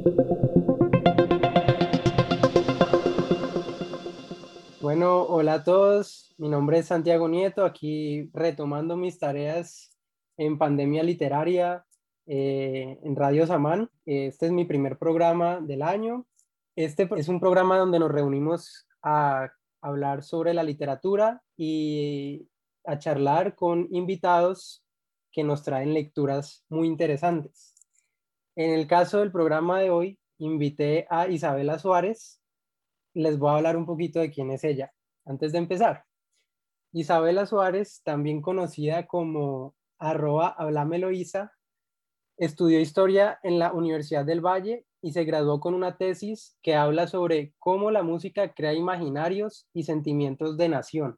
Bueno, hola a todos. Mi nombre es Santiago Nieto, aquí retomando mis tareas en pandemia literaria en Radio Samán. Este es mi primer programa del año. Este es un programa donde nos reunimos a hablar sobre la literatura y a charlar con invitados que nos traen lecturas muy interesantes. En el caso del programa de hoy, invité a Isabela Suárez. Les voy a hablar un poquito de quién es ella. Antes de empezar, Isabela Suárez, también conocida como @hablameloisa, estudió historia en la Universidad del Valle y se graduó con una tesis que habla sobre cómo la música crea imaginarios y sentimientos de nación.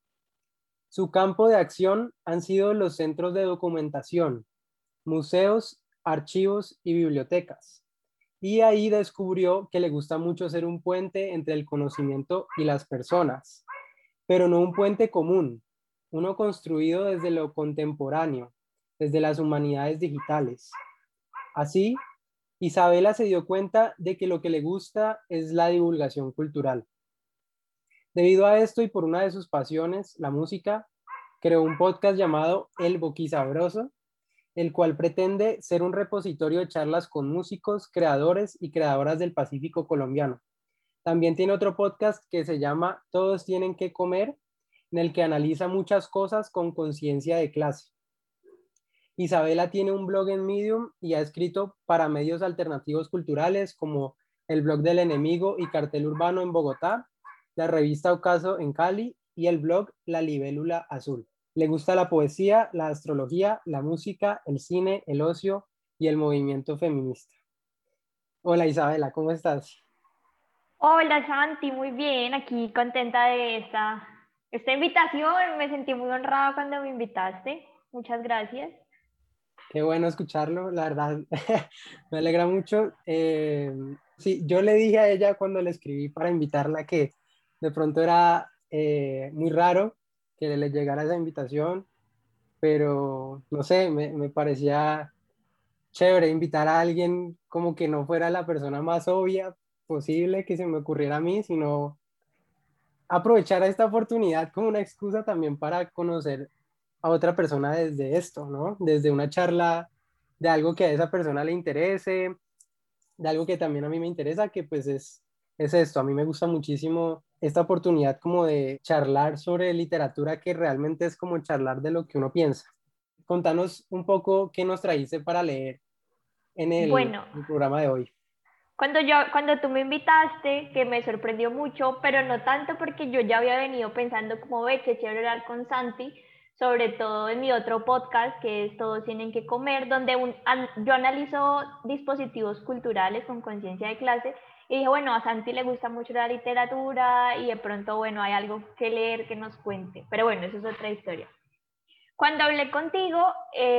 Su campo de acción han sido los centros de documentación, museos, archivos y bibliotecas. Y ahí descubrió que le gusta mucho ser un puente entre el conocimiento y las personas, pero no un puente común, uno construido desde lo contemporáneo, desde las humanidades digitales. Así, Isabela se dio cuenta de que lo que le gusta es la divulgación cultural. Debido a esto y por una de sus pasiones, la música, creó un podcast llamado El Boquisabroso, el cual pretende ser un repositorio de charlas con músicos, creadores y creadoras del Pacífico colombiano. También tiene otro podcast que se llama Todos tienen que comer, en el que analiza muchas cosas con conciencia de clase. Isabela tiene un blog en Medium y ha escrito para medios alternativos culturales como el blog del Enemigo y Cartel Urbano en Bogotá, la revista Ocaso en Cali y el blog La Libélula Azul. Le gusta la poesía, la astrología, la música, el cine, el ocio y el movimiento feminista. Hola Isabela, ¿cómo estás? Hola Santi, muy bien, aquí contenta de esta invitación. Me sentí muy honrada cuando me invitaste. Muchas gracias. Qué bueno escucharlo, la verdad, me alegra mucho. Sí, yo le dije a ella cuando le escribí para invitarla que de pronto era muy raro que le llegara esa invitación, pero no sé, me parecía chévere invitar a alguien como que no fuera la persona más obvia posible que se me ocurriera a mí, sino aprovechar esta oportunidad como una excusa también para conocer a otra persona desde esto, ¿no? Desde una charla de algo que a esa persona le interese, de algo que también a mí me interesa, que pues es esto. A mí me gusta muchísimo esta oportunidad como de charlar sobre literatura que realmente es como charlar de lo que uno piensa. Contanos un poco qué nos trajiste para leer en Bueno, el programa de hoy. cuando tú me invitaste, que me sorprendió mucho, pero no tanto porque yo ya había venido pensando como ve que chévere hablar con Santi, sobre todo en mi otro podcast que es Todos tienen que comer, donde yo analizo dispositivos culturales con conciencia de clase y dije, bueno, a Santi le gusta mucho la literatura y de pronto, bueno, hay algo que leer que nos cuente, pero bueno, eso es otra historia. Cuando hablé contigo,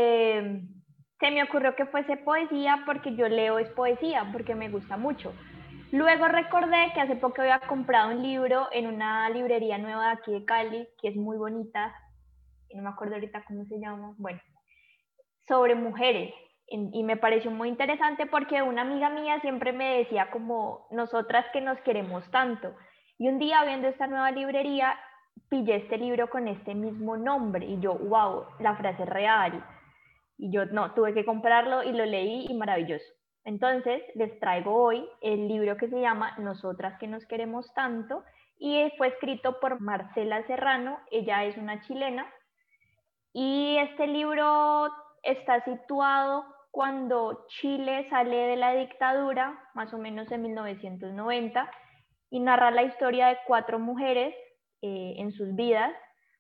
se me ocurrió que fuese poesía porque yo leo es poesía, porque me gusta mucho. Luego recordé que hace poco había comprado un libro en una librería nueva de aquí de Cali, que es muy bonita, y no me acuerdo ahorita cómo se llama, bueno, sobre mujeres. Y me pareció muy interesante porque una amiga mía siempre me decía como nosotras que nos queremos tanto. Y un día viendo esta nueva librería, pillé este libro con este mismo nombre y yo, wow, la frase es real. Y yo no, tuve que comprarlo y lo leí y maravilloso. Entonces les traigo hoy el libro que se llama Nosotras que nos queremos tanto y fue escrito por Marcela Serrano, ella es una chilena y este libro está situado cuando Chile sale de la dictadura, más o menos en 1990, y narra la historia de cuatro mujeres en sus vidas,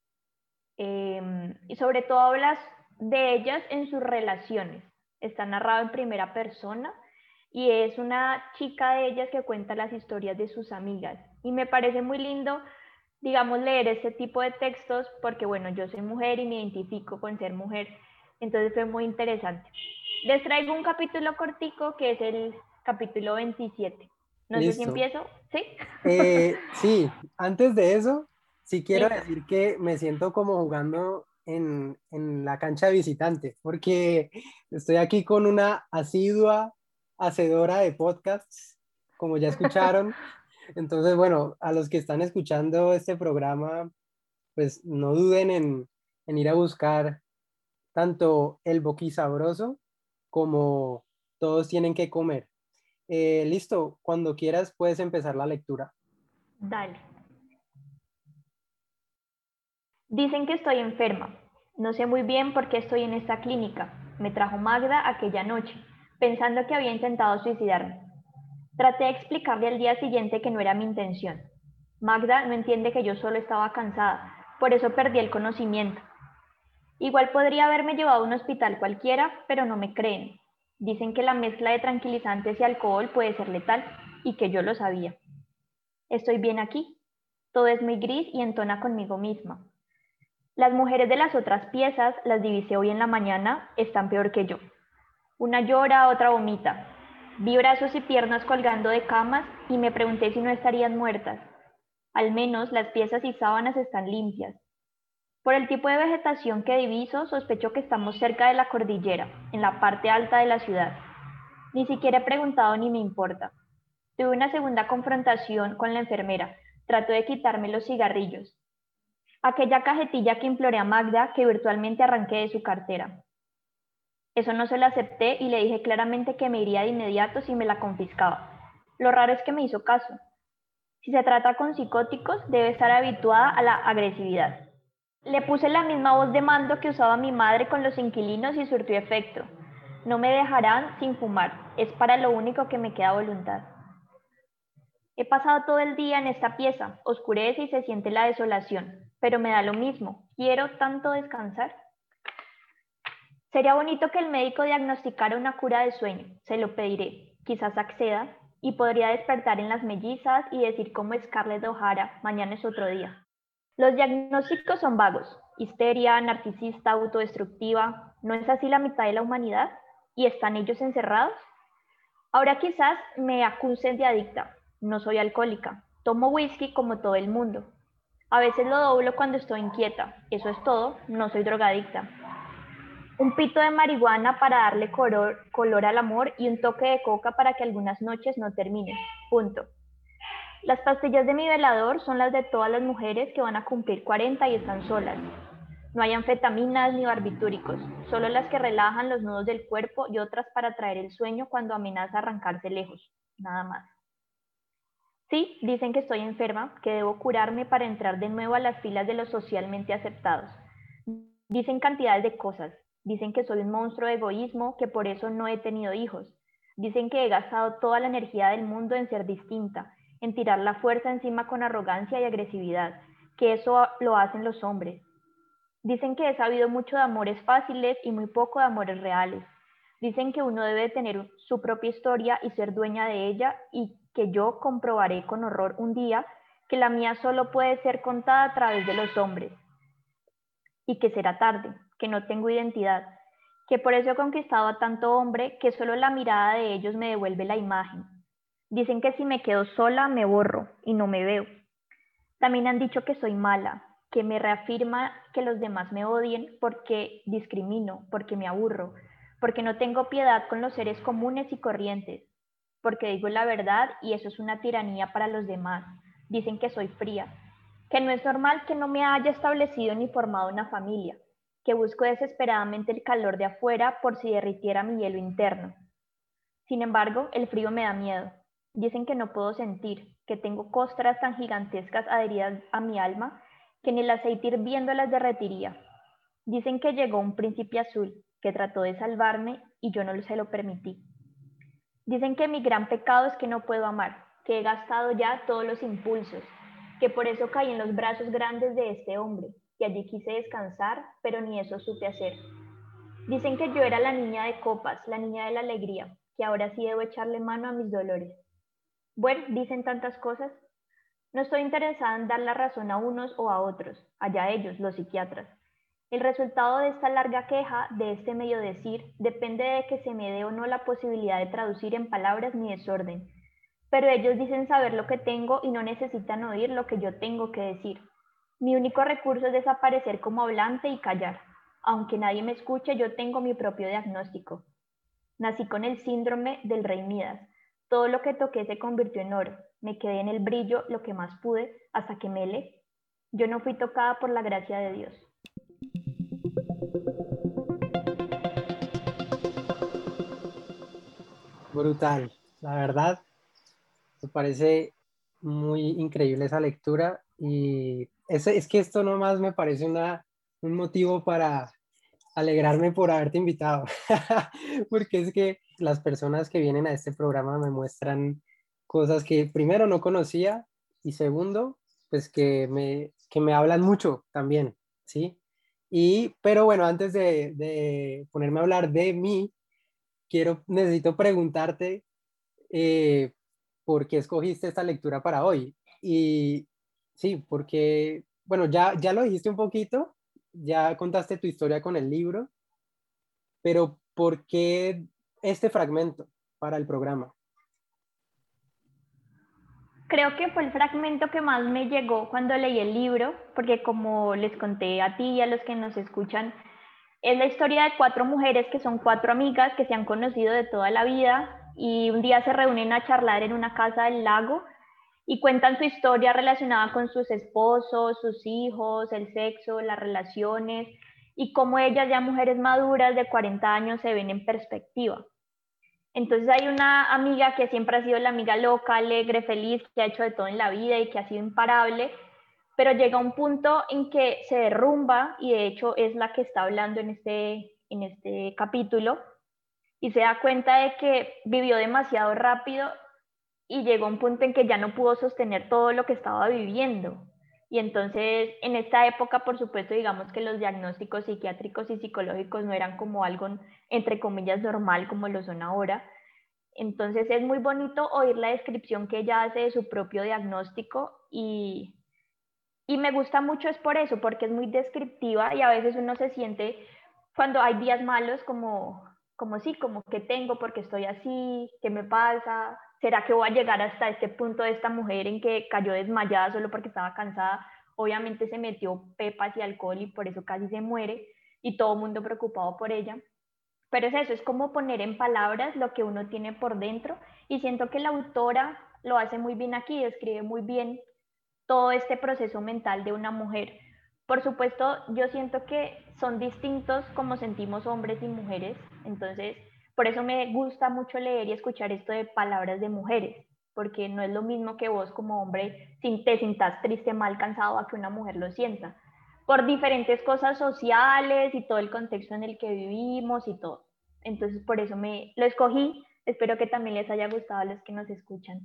y sobre todo hablas de ellas en sus relaciones. Está narrado en primera persona y es una chica de ellas que cuenta las historias de sus amigas. Y me parece muy lindo, digamos, leer este tipo de textos porque, bueno, yo soy mujer y me identifico con ser mujer. Entonces fue muy interesante. Les traigo un capítulo cortico que es el capítulo 27. No sé si Listo. empiezo, ¿sí? Sí, antes de eso, sí quiero Listo. decir que me siento como jugando en la cancha de visitante, porque estoy aquí con una asidua hacedora de podcasts, como ya escucharon. Entonces, bueno, a los que están escuchando este programa, pues no duden en ir a buscar tanto el boquisabroso como todos tienen que comer. Listo, cuando quieras puedes empezar la lectura. Dale. Dicen que estoy enferma. No sé muy bien por qué estoy en esta clínica. Me trajo Magda aquella noche, pensando que había intentado suicidarme. Traté de explicarle al día siguiente que no era mi intención. Magda no entiende que yo solo estaba cansada, por eso perdí el conocimiento. Igual podría haberme llevado a un hospital cualquiera, pero no me creen. Dicen que la mezcla de tranquilizantes y alcohol puede ser letal, y que yo lo sabía. Estoy bien aquí. Todo es muy gris y entona conmigo misma. Las mujeres de las otras piezas, las divisé hoy en la mañana, están peor que yo. Una llora, otra vomita. Vi brazos y piernas colgando de camas y me pregunté si no estarían muertas. Al menos las piezas y sábanas están limpias. Por el tipo de vegetación que diviso, sospecho que estamos cerca de la cordillera, en la parte alta de la ciudad. Ni siquiera he preguntado ni me importa. Tuve una segunda confrontación con la enfermera. Trató de quitarme los cigarrillos. Aquella cajetilla que imploré a Magda, que virtualmente arranqué de su cartera. Eso no se lo acepté y le dije claramente que me iría de inmediato si me la confiscaba. Lo raro es que me hizo caso. Si se trata con psicóticos, debe estar habituada a la agresividad. Le puse la misma voz de mando que usaba mi madre con los inquilinos y surtió efecto. No me dejarán sin fumar. Es para lo único que me queda voluntad. He pasado todo el día en esta pieza. Oscurece y se siente la desolación. Pero me da lo mismo. Quiero tanto descansar. Sería bonito que el médico diagnosticara una cura de sueño. Se lo pediré. Quizás acceda y podría despertar en las mellizas y decir como Scarlett O'Hara, mañana es otro día. Los diagnósticos son vagos. Histeria, narcisista, autodestructiva. ¿No es así la mitad de la humanidad? ¿Y están ellos encerrados? Ahora quizás me acusen de adicta. No soy alcohólica. Tomo whisky como todo el mundo. A veces lo doblo cuando estoy inquieta. Eso es todo. No soy drogadicta. Un pito de marihuana para darle color al amor y un toque de coca para que algunas noches no terminen. Punto. Las pastillas de mi velador son las de todas las mujeres que van a cumplir 40 y están solas. No hay anfetaminas ni barbitúricos, solo las que relajan los nudos del cuerpo y otras para traer el sueño cuando amenaza arrancarse lejos. Nada más. Sí, dicen que estoy enferma, que debo curarme para entrar de nuevo a las filas de los socialmente aceptados. Dicen cantidades de cosas. Dicen que soy un monstruo de egoísmo, que por eso no he tenido hijos. Dicen que he gastado toda la energía del mundo en ser distinta, en tirar la fuerza encima con arrogancia y agresividad, que eso lo hacen los hombres. Dicen que he sabido mucho de amores fáciles y muy poco de amores reales. Dicen que uno debe tener su propia historia y ser dueña de ella y que yo comprobaré con horror un día que la mía solo puede ser contada a través de los hombres y que será tarde, que no tengo identidad, que por eso he conquistado a tanto hombre que solo la mirada de ellos me devuelve la imagen. Dicen que si me quedo sola me borro y no me veo. También han dicho que soy mala, que me reafirma que los demás me odien porque discrimino, porque me aburro, porque no tengo piedad con los seres comunes y corrientes, porque digo la verdad y eso es una tiranía para los demás. Dicen que soy fría, que no es normal que no me haya establecido ni formado una familia, que busco desesperadamente el calor de afuera por si derritiera mi hielo interno. Sin embargo, el frío me da miedo. Dicen que no puedo sentir, que tengo costras tan gigantescas adheridas a mi alma que ni el aceite hirviendo las derretiría. Dicen que llegó un príncipe azul que trató de salvarme y yo no se lo permití. Dicen que mi gran pecado es que no puedo amar, que he gastado ya todos los impulsos, que por eso caí en los brazos grandes de este hombre, que allí quise descansar, pero ni eso supe hacer. Dicen que yo era la niña de copas, la niña de la alegría, que ahora sí debo echarle mano a mis dolores. Bueno, dicen tantas cosas. No estoy interesada en dar la razón a unos o a otros, allá ellos, los psiquiatras. El resultado de esta larga queja, de este medio decir, depende de que se me dé o no la posibilidad de traducir en palabras mi desorden. Pero ellos dicen saber lo que tengo y no necesitan oír lo que yo tengo que decir. Mi único recurso es desaparecer como hablante y callar. Aunque nadie me escuche, yo tengo mi propio diagnóstico. Nací con el síndrome del rey Midas. Todo lo que toqué se convirtió en oro. Me quedé en el brillo lo que más pude hasta que me helé. Yo no fui tocada por la gracia de Dios. Brutal, la verdad, me parece muy increíble esa lectura y es que esto nomás me parece un motivo para alegrarme por haberte invitado, porque es que las personas que vienen a este programa me muestran cosas que primero no conocía y segundo, pues que me hablan mucho también, ¿sí? Pero bueno, antes de ponerme a hablar de mí, necesito preguntarte eh, por qué escogiste esta lectura para hoy. Y sí, porque, bueno, ya lo dijiste un poquito, ya contaste tu historia con el libro, pero ¿por qué este fragmento para el programa? Creo que fue el fragmento que más me llegó cuando leí el libro, porque como les conté a ti y a los que nos escuchan, es la historia de 4 mujeres que son 4 amigas que se han conocido de toda la vida y un día se reúnen a charlar en una casa del lago y cuentan su historia relacionada con sus esposos, sus hijos, el sexo, las relaciones y cómo ellas ya mujeres maduras de 40 años se ven en perspectiva. Entonces hay una amiga que siempre ha sido la amiga loca, alegre, feliz, que ha hecho de todo en la vida y que ha sido imparable, pero llega un punto en que se derrumba y de hecho es la que está hablando en este capítulo y se da cuenta de que vivió demasiado rápido y llegó a un punto en que ya no pudo sostener todo lo que estaba viviendo. Y entonces, en esta época, por supuesto, digamos que los diagnósticos psiquiátricos y psicológicos no eran como algo, entre comillas, normal como lo son ahora. Entonces, es muy bonito oír la descripción que ella hace de su propio diagnóstico y me gusta mucho es por eso, porque es muy descriptiva y a veces uno se siente cuando hay días malos como sí, como que tengo, porque estoy así, qué me pasa, será que voy a llegar hasta este punto de esta mujer en que cayó desmayada solo porque estaba cansada, obviamente se metió pepas y alcohol y por eso casi se muere y todo el mundo preocupado por ella. Pero es eso, es como poner en palabras lo que uno tiene por dentro y siento que la autora lo hace muy bien aquí, describe muy bien todo este proceso mental de una mujer. Por supuesto, yo siento que son distintos como sentimos hombres y mujeres, entonces por eso me gusta mucho leer y escuchar esto de palabras de mujeres, porque no es lo mismo que vos como hombre te sintas triste, mal, cansado a que una mujer lo sienta, por diferentes cosas sociales y todo el contexto en el que vivimos y todo. Entonces por eso me lo escogí, espero que también les haya gustado a los que nos escuchan.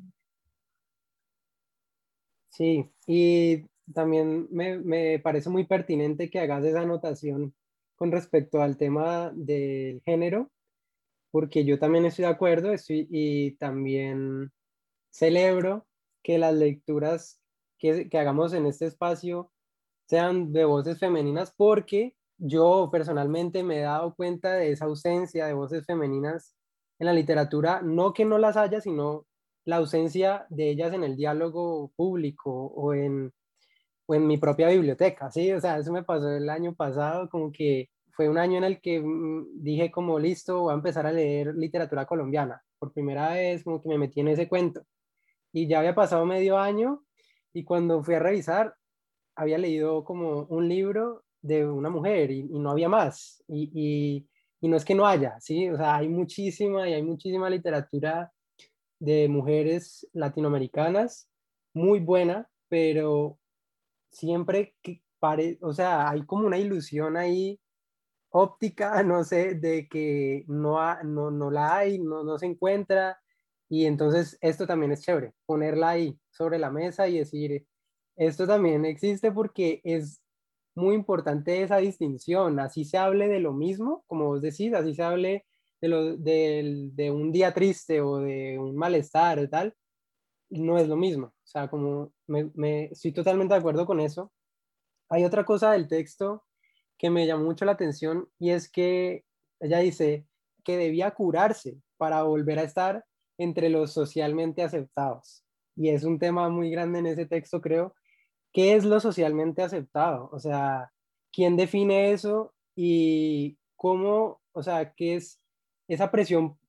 Sí, y también me parece muy pertinente que hagas esa anotación con respecto al tema del género, porque yo también estoy de acuerdo y también celebro que las lecturas que hagamos en este espacio sean de voces femeninas, porque yo personalmente me he dado cuenta de esa ausencia de voces femeninas en la literatura, no que no las haya, sino la ausencia de ellas en el diálogo público o en mi propia biblioteca, ¿sí? O sea, eso me pasó el año pasado, como que fue un año en el que dije como listo, voy a empezar a leer literatura colombiana. Por primera vez como que me metí en ese cuento y ya había pasado medio año y cuando fui a revisar había leído como un libro de una mujer y no había más. Y no es que no haya, ¿sí? O sea, hay muchísima literatura de mujeres latinoamericanas muy buena, pero siempre o sea, hay como una ilusión ahí óptica, no sé, de que no la hay, no se encuentra. Y entonces esto también es chévere, ponerla ahí sobre la mesa y decir, esto también existe porque es muy importante esa distinción, así se hable de lo mismo, como vos decís, así se hable de un día triste o de un malestar o tal, no es lo mismo. O sea, como estoy totalmente de acuerdo con eso. Hay otra cosa del texto que me llamó mucho la atención y es que ella dice que debía curarse para volver a estar entre los socialmente aceptados. Y es un tema muy grande en ese texto, creo. ¿Qué es lo socialmente aceptado? O sea, ¿quién define eso y cómo, o sea, qué es esa presión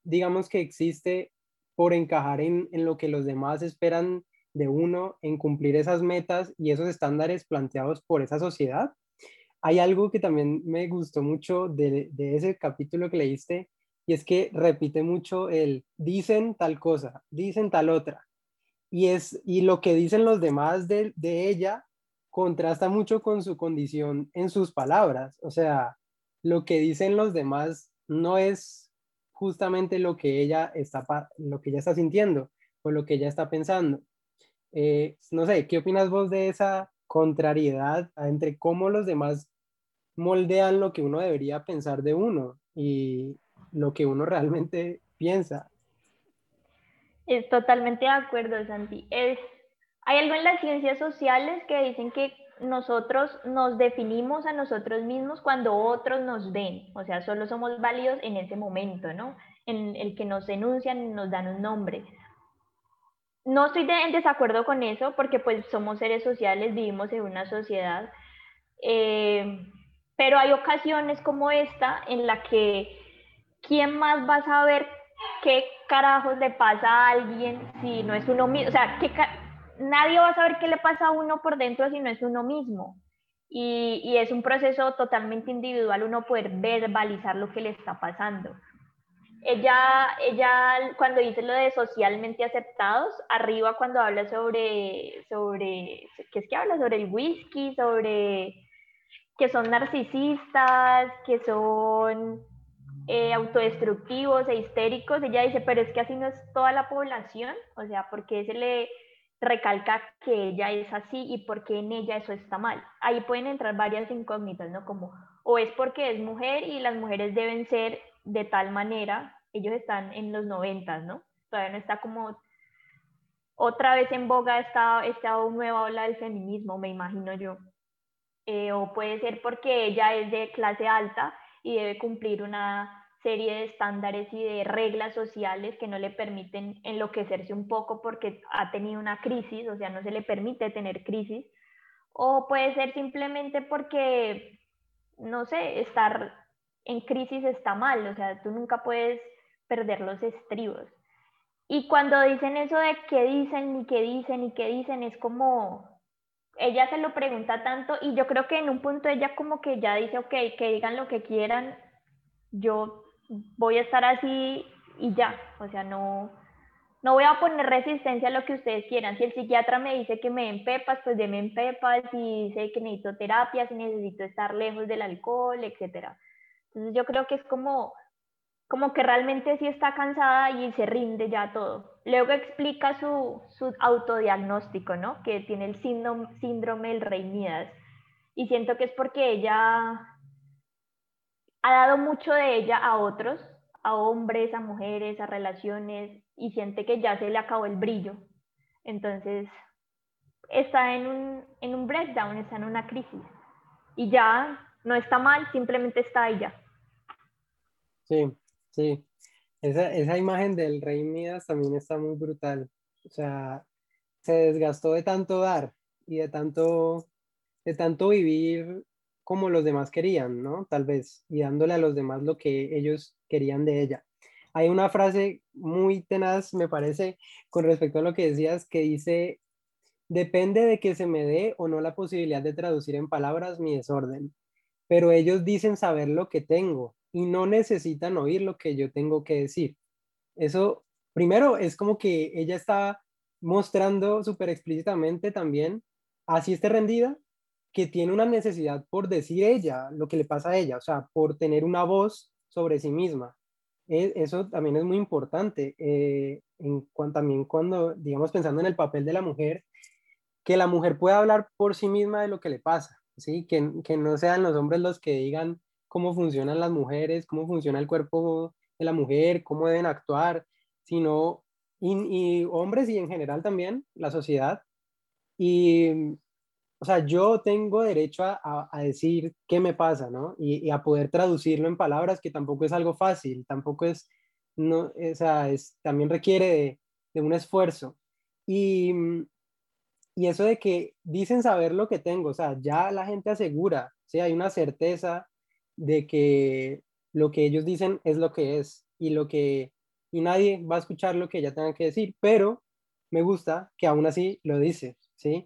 digamos que existe por encajar en lo que los demás esperan de uno, en cumplir esas metas y esos estándares planteados por esa sociedad. Hay algo que también me gustó mucho de ese capítulo que leíste, y es que repite mucho el dicen tal cosa, dicen tal otra. Y lo que dicen los demás de ella contrasta mucho con su condición en sus palabras. O sea, lo que dicen los demás no es justamente lo que ella está sintiendo o lo que ella está pensando. No sé, ¿qué opinas vos de esa contrariedad entre cómo los demás moldean lo que uno debería pensar de uno y lo que uno realmente piensa? Es totalmente de acuerdo, Santi. Hay algo en las ciencias sociales que dicen que nosotros nos definimos a nosotros mismos cuando otros nos ven, o sea, solo somos válidos en ese momento, ¿no? En el que nos enuncian y nos dan un nombre. No estoy en desacuerdo con eso porque pues somos seres sociales, vivimos en una sociedad, eh, pero hay ocasiones como esta en la que ¿quién más va a saber qué carajos le pasa a alguien si no es uno mismo? O sea, nadie va a saber qué le pasa a uno por dentro si no es uno mismo. Y es un proceso totalmente individual uno poder verbalizar lo que le está pasando. Ella cuando dice lo de socialmente aceptados, arriba cuando habla ¿qué es que habla? Sobre el whisky, sobre que son narcisistas, que son autodestructivos e histéricos, ella dice, pero es que así no es toda la población, o sea, ¿por qué se le recalca que ella es así y por qué en ella eso está mal? Ahí pueden entrar varias incógnitas, ¿no? Como, o es porque es mujer y las mujeres deben ser de tal manera, ellos están en los 90, ¿no? Todavía no está como otra vez en boga esta nueva ola del feminismo, me imagino yo. O puede ser porque ella es de clase alta y debe cumplir una serie de estándares y de reglas sociales que no le permiten enloquecerse un poco porque ha tenido una crisis, o sea, no se le permite tener crisis. O puede ser simplemente porque, no sé, estar en crisis está mal, o sea, tú nunca puedes perder los estribos. Y cuando dicen eso de qué dicen, ni qué dicen, ni qué dicen, es como, ella se lo pregunta tanto y yo creo que en un punto ella como que ya dice, ok, que digan lo que quieran, yo voy a estar así y ya, o sea, no voy a poner resistencia a lo que ustedes quieran. Si el psiquiatra me dice que me den pepas, pues deme en pepas, si dice que necesito terapia, si necesito estar lejos del alcohol, etcétera. Entonces yo creo que es como que realmente sí está cansada y se rinde ya todo. Luego explica su autodiagnóstico, ¿no? Que tiene el síndrome del rey Midas. Y siento que es porque ella ha dado mucho de ella a otros, a hombres, a mujeres, a relaciones, y siente que ya se le acabó el brillo. Entonces está en un breakdown, está en una crisis. Y ya no está mal, simplemente está ella. Sí, sí. Esa imagen del rey Midas también está muy brutal. O sea, se desgastó de tanto dar y de tanto vivir como los demás querían, ¿no? Tal vez, y dándole a los demás lo que ellos querían de ella. Hay una frase muy tenaz, me parece, con respecto a lo que decías, que dice, depende de que se me dé o no la posibilidad de traducir en palabras mi desorden, pero ellos dicen saber lo que tengo y no necesitan oír lo que yo tengo que decir. Eso, primero, es como que ella está mostrando súper explícitamente también, así esté rendida, que tiene una necesidad por decir ella, lo que le pasa a ella, o sea, por tener una voz sobre sí misma. Eso también es muy importante, también cuando, digamos, pensando en el papel de la mujer, que la mujer pueda hablar por sí misma de lo que le pasa, ¿sí? Que no sean los hombres los que digan cómo funcionan las mujeres, cómo funciona el cuerpo de la mujer, cómo deben actuar, sino, y hombres y en general también la sociedad. Y, o sea, yo tengo derecho a decir qué me pasa, ¿no? Y a poder traducirlo en palabras, que tampoco es algo fácil, tampoco es, no, o sea, también requiere de un esfuerzo. Y, y eso de que dicen saber lo que tengo, o sea, ya la gente asegura, ¿sí? Hay una certeza de que lo que ellos dicen es lo que es y lo que y nadie va a escuchar lo que ella tenga que decir, pero me gusta que aún así lo dice, ¿sí?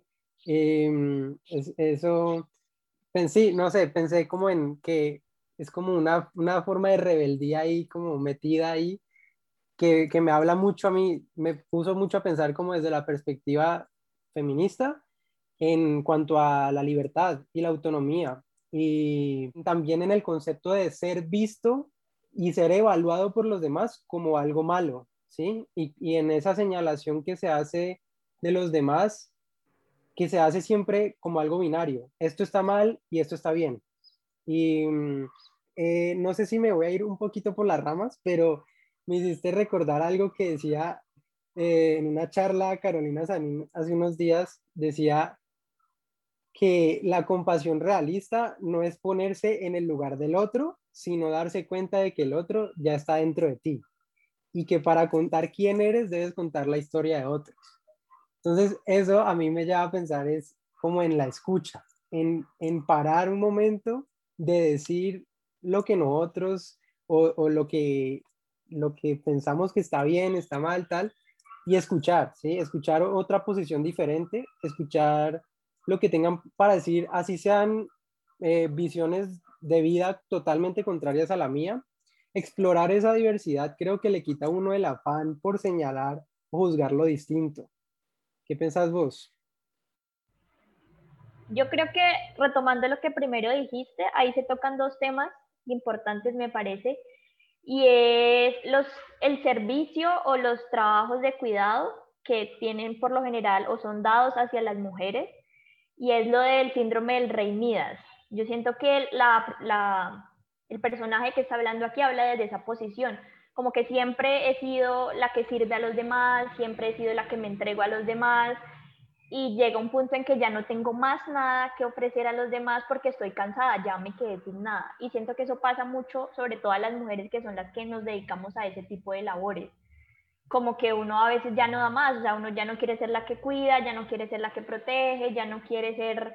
Eso pensé, no sé, pensé como en que es como una forma de rebeldía ahí, como metida ahí, que me habla mucho a mí, me puso mucho a pensar como desde la perspectiva feminista en cuanto a la libertad y la autonomía, y también en el concepto de ser visto y ser evaluado por los demás como algo malo, ¿sí? Y en esa señalación que se hace de los demás, que se hace siempre como algo binario, esto está mal y esto está bien. Y no sé si me voy a ir un poquito por las ramas, pero me hiciste recordar algo que decía en una charla Carolina Sanín hace unos días, decía que la compasión realista no es ponerse en el lugar del otro, sino darse cuenta de que el otro ya está dentro de ti y que para contar quién eres debes contar la historia de otros. Entonces, eso a mí me lleva a pensar es como en la escucha, en parar un momento de decir lo que nosotros o lo que pensamos que está bien, está mal, tal, y escuchar, ¿sí? Escuchar otra posición diferente, escuchar lo que tengan para decir, así sean visiones de vida totalmente contrarias a la mía. Explorar esa diversidad creo que le quita a uno el afán por señalar o juzgar lo distinto. ¿Qué pensás vos? Yo creo que retomando lo que primero dijiste, ahí se tocan dos temas importantes, me parece, y es el servicio o los trabajos de cuidado que tienen por lo general o son dados hacia las mujeres, y es lo del síndrome del rey Midas. Yo siento que el personaje que está hablando aquí habla desde esa posición, como que siempre he sido la que sirve a los demás, siempre he sido la que me entrego a los demás, y llega un punto en que ya no tengo más nada que ofrecer a los demás porque estoy cansada, ya me quedé sin nada. Y siento que eso pasa mucho, sobre todo a las mujeres que son las que nos dedicamos a ese tipo de labores. Como que uno a veces ya no da más, o sea, uno ya no quiere ser la que cuida, ya no quiere ser la que protege, ya no quiere ser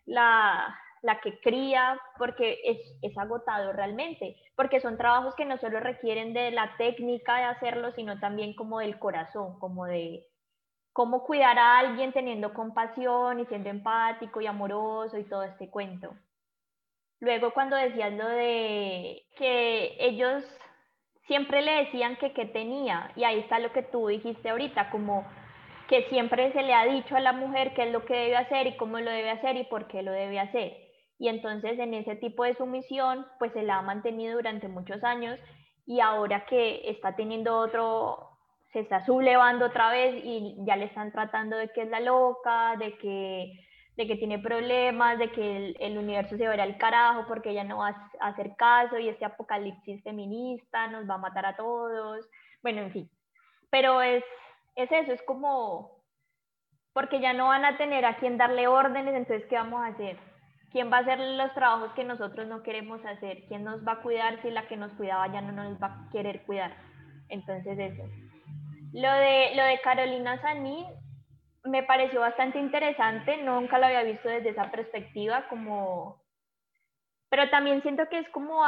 la que cría, porque es agotado realmente, porque son trabajos que no solo requieren de la técnica de hacerlo, sino también como del corazón, como de cómo cuidar a alguien teniendo compasión y siendo empático y amoroso y todo este cuento. Luego cuando decías lo de que ellos siempre le decían que qué tenía, y ahí está lo que tú dijiste ahorita, como que siempre se le ha dicho a la mujer qué es lo que debe hacer y cómo lo debe hacer y por qué lo debe hacer. Y entonces en ese tipo de sumisión, pues se la ha mantenido durante muchos años, y ahora que está teniendo otro, se está sublevando otra vez y ya le están tratando de que es la loca, de que tiene problemas, de que el universo se va a ir al carajo porque ella no va a hacer caso y este apocalipsis feminista nos va a matar a todos. Bueno, en fin. Pero es eso, es como, porque ya no van a tener a quien darle órdenes, entonces, ¿qué vamos a hacer? ¿Quién va a hacer los trabajos que nosotros no queremos hacer? ¿Quién nos va a cuidar si la que nos cuidaba ya no nos va a querer cuidar? Entonces, eso. Lo de Carolina Sanín me pareció bastante interesante, nunca lo había visto desde esa perspectiva, como, pero también siento que es como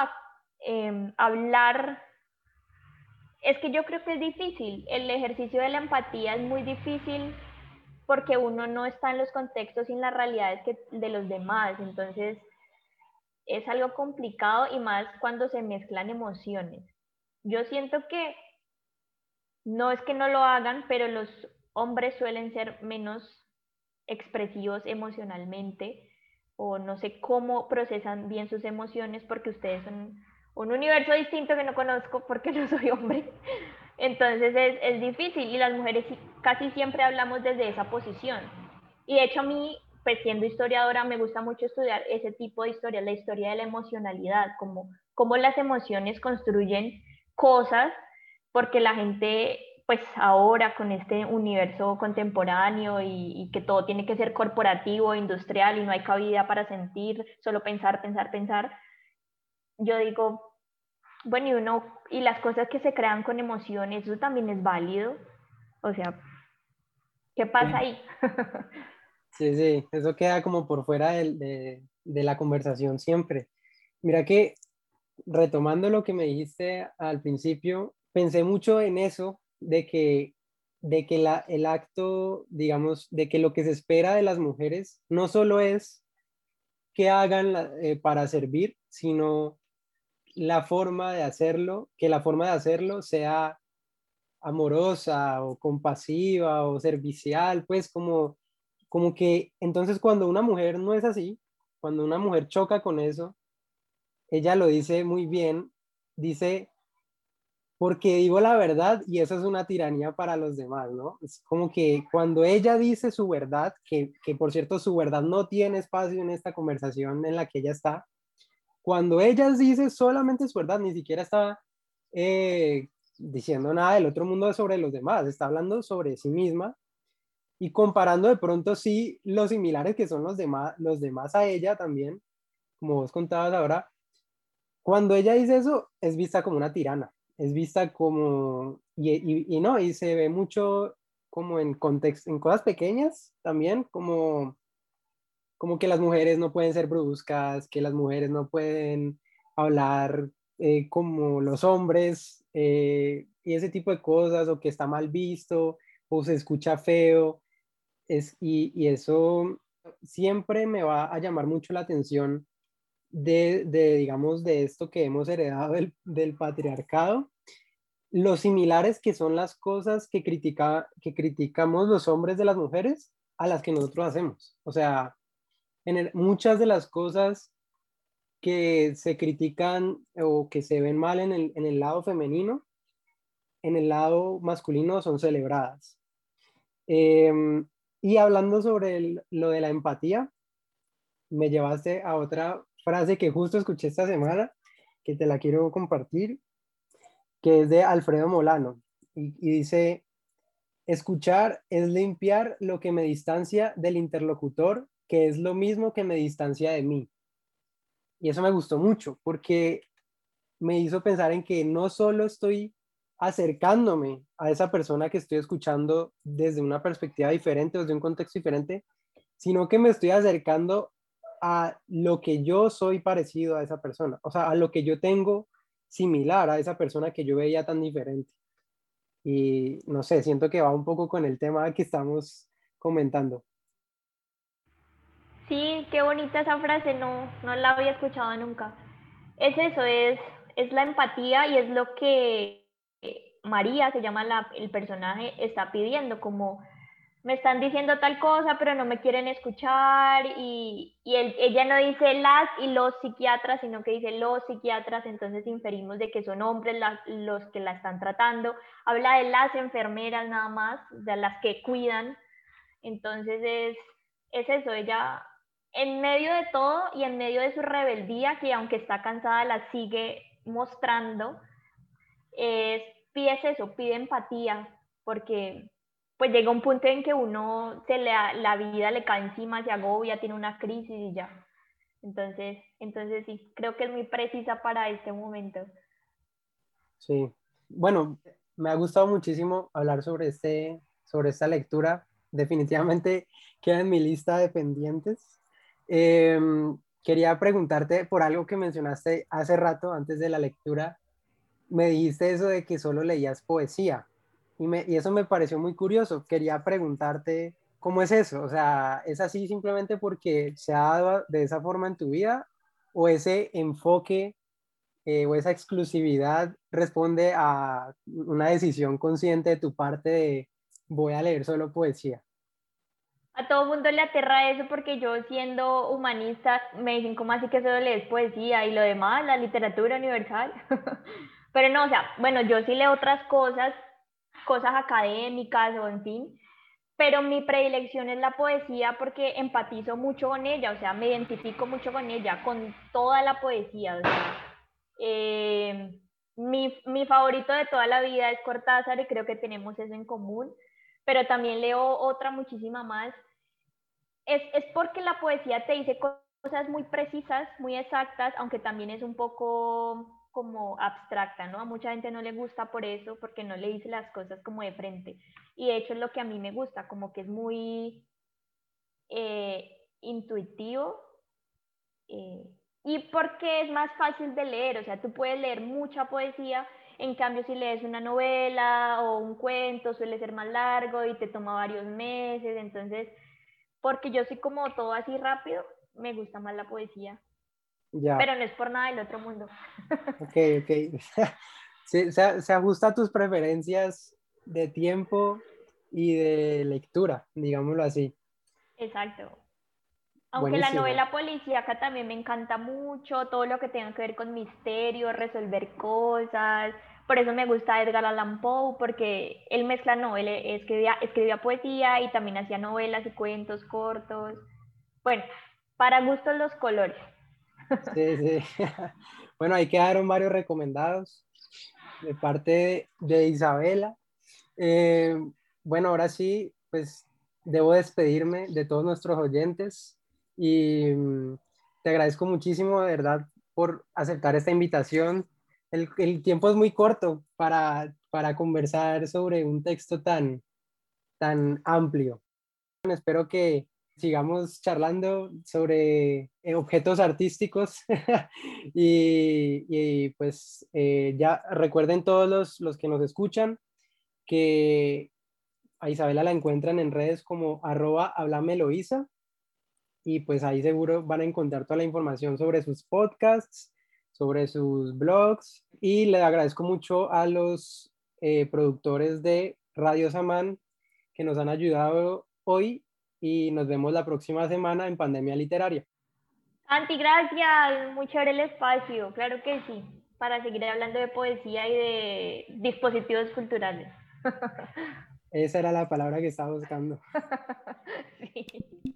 hablar, es que yo creo que es difícil, el ejercicio de la empatía es muy difícil porque uno no está en los contextos y en las realidades de los demás, entonces es algo complicado y más cuando se mezclan emociones. Yo siento que no es que no lo hagan, pero los hombres suelen ser menos expresivos emocionalmente o no sé cómo procesan bien sus emociones porque ustedes son un universo distinto que no conozco porque no soy hombre. Entonces es difícil y las mujeres casi siempre hablamos desde esa posición. Y de hecho a mí, pues siendo historiadora, me gusta mucho estudiar ese tipo de historia, la historia de la emocionalidad, como cómo las emociones construyen cosas, porque la gente, pues ahora con este universo contemporáneo y que todo tiene que ser corporativo, industrial y no hay cabida para sentir, solo pensar, pensar, pensar, yo digo, bueno, y las cosas que se crean con emociones, eso también es válido. O sea, ¿qué pasa Sí, ahí? sí, sí, eso queda como por fuera de la conversación siempre. Mira que retomando lo que me dijiste al principio, pensé mucho en eso, de que el acto, digamos, de que lo que se espera de las mujeres no solo es que hagan para servir, sino la forma de hacerlo, que la forma de hacerlo sea amorosa o compasiva o servicial, pues como que entonces cuando una mujer no es así, cuando una mujer choca con eso, ella lo dice muy bien, dice, porque digo la verdad y eso es una tiranía para los demás, ¿no? Es como que cuando ella dice su verdad, que por cierto su verdad no tiene espacio en esta conversación en la que ella está, cuando ella dice solamente su verdad, ni siquiera está diciendo nada del otro mundo sobre los demás, está hablando sobre sí misma y comparando de pronto sí los similares que son los demás a ella también, como vos contabas ahora, cuando ella dice eso es vista como una tirana, es vista como, y no, y se ve mucho como en contexto, en cosas pequeñas también, como que las mujeres no pueden ser bruscas, que las mujeres no pueden hablar como los hombres y ese tipo de cosas, o que está mal visto, o se escucha feo, y eso siempre me va a llamar mucho la atención digamos, de esto que hemos heredado del patriarcado, lo similares que son las cosas que criticamos los hombres de las mujeres a las que nosotros hacemos. O sea, muchas de las cosas que se critican o que se ven mal en el lado femenino, en el lado masculino son celebradas. Y hablando sobre lo de la empatía, me llevaste a otra frase que justo escuché esta semana, que te la quiero compartir, que es de Alfredo Molano, y dice, escuchar es limpiar lo que me distancia del interlocutor, que es lo mismo que me distancia de mí. Y eso me gustó mucho porque me hizo pensar en que no solo estoy acercándome a esa persona que estoy escuchando desde una perspectiva diferente, desde un contexto diferente, sino que me estoy acercando a lo que yo soy parecido a esa persona, o sea, a lo que yo tengo similar a esa persona que yo veía tan diferente. Y no sé, siento que va un poco con el tema que estamos comentando. Sí, qué bonita esa frase, no, no la había escuchado nunca. Es eso, es la empatía y es lo que María, se llama el personaje, está pidiendo, como me están diciendo tal cosa, pero no me quieren escuchar y ella no dice las y los psiquiatras, sino que dice los psiquiatras, entonces inferimos de que son hombres los que la están tratando. Habla de las enfermeras nada más, de las que cuidan, entonces es eso, ella en medio de todo y en medio de su rebeldía, que aunque está cansada la sigue mostrando, es, pide eso, pide empatía, porque pues llega un punto en que uno la vida le cae encima, se agobia, tiene una crisis y ya. Entonces sí, creo que es muy precisa para este momento. Sí. Bueno, me ha gustado muchísimo hablar sobre esta lectura. Definitivamente queda en mi lista de pendientes. Quería preguntarte por algo que mencionaste hace rato antes de la lectura. Me dijiste eso de que solo leías poesía y eso me pareció muy curioso. Quería preguntarte cómo es eso, o sea, ¿es así simplemente porque se ha dado de esa forma en tu vida o ese enfoque o esa exclusividad responde a una decisión consciente de tu parte de voy a leer solo poesía? A todo mundo le aterra eso porque yo siendo humanista me dicen como así que solo lees poesía y lo demás, la literatura universal. Pero no, o sea, bueno, yo sí leo otras cosas, cosas académicas o en fin, pero mi predilección es la poesía porque empatizo mucho con ella, o sea, me identifico mucho con ella, con toda la poesía, o sea, mi favorito de toda la vida es Cortázar y creo que tenemos eso en común, pero también leo otra muchísima más. Es porque la poesía te dice cosas muy precisas, muy exactas, aunque también es un poco como abstracta, ¿no? A mucha gente no le gusta por eso, porque no le dice las cosas como de frente. Y de hecho es lo que a mí me gusta, como que es muy intuitivo eh, y porque es más fácil de leer, o sea, tú puedes leer mucha poesía En cambio, si lees una novela o un cuento, suele ser más largo y te toma varios meses. Entonces, porque yo soy como todo así rápido, me gusta más la poesía. Ya, Pero no es por nada del otro mundo. ok, ok. Sí, se ajusta a tus preferencias de tiempo y de lectura, digámoslo así. Exacto. Aunque la Buenísimo. novela policíaca también me encanta mucho, todo lo que tenga que ver con misterio, resolver cosas. Por eso me gusta Edgar Allan Poe, porque él mezcla, no, él escribía poesía y también hacía novelas y cuentos cortos. Bueno, para gustos los colores. Sí, sí. Bueno, ahí quedaron varios recomendados de parte de Isabela. Eh, bueno, ahora sí, pues debo despedirme de todos nuestros oyentes y te agradezco muchísimo, de verdad, por aceptar esta invitación. El tiempo es muy corto para conversar sobre un texto tan amplio. Espero que sigamos charlando sobre objetos artísticos pues ya recuerden todos los que nos escuchan que a Isabela la encuentran en redes como @hablameloisa y pues ahí seguro van a encontrar toda la información sobre sus podcasts, sobre sus blogs y le agradezco mucho a los productores de Radio Samán que nos han ayudado hoy y nos vemos la próxima semana en Pandemia Literaria. Santi, gracias, muy chévere el espacio, claro que sí, para seguir hablando de poesía y de dispositivos culturales. Esa era la palabra que estaba buscando. Sí.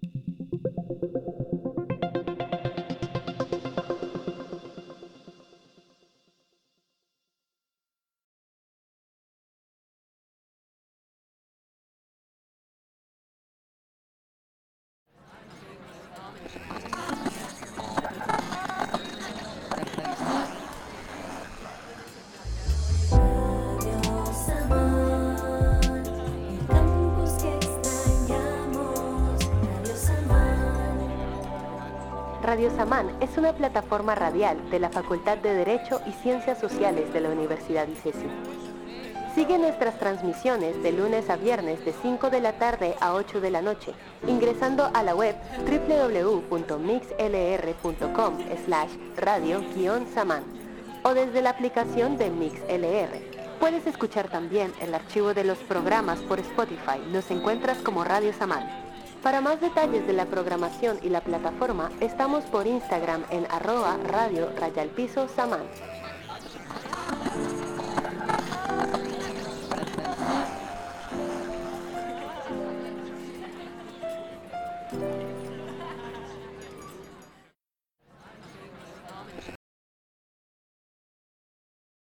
Radio Samán es una plataforma radial de la Facultad de Derecho y Ciencias Sociales de la Universidad ICESI. Sigue nuestras transmisiones de lunes a viernes de 5 de la tarde a 8 de la noche, ingresando a la web www.mixlr.com/radio-samán o desde la aplicación de MixLR. Puedes escuchar también el archivo de los programas por Spotify. Nos encuentras como Radio Samán. Para más detalles de la programación y la plataforma, estamos por Instagram en @radio_samán.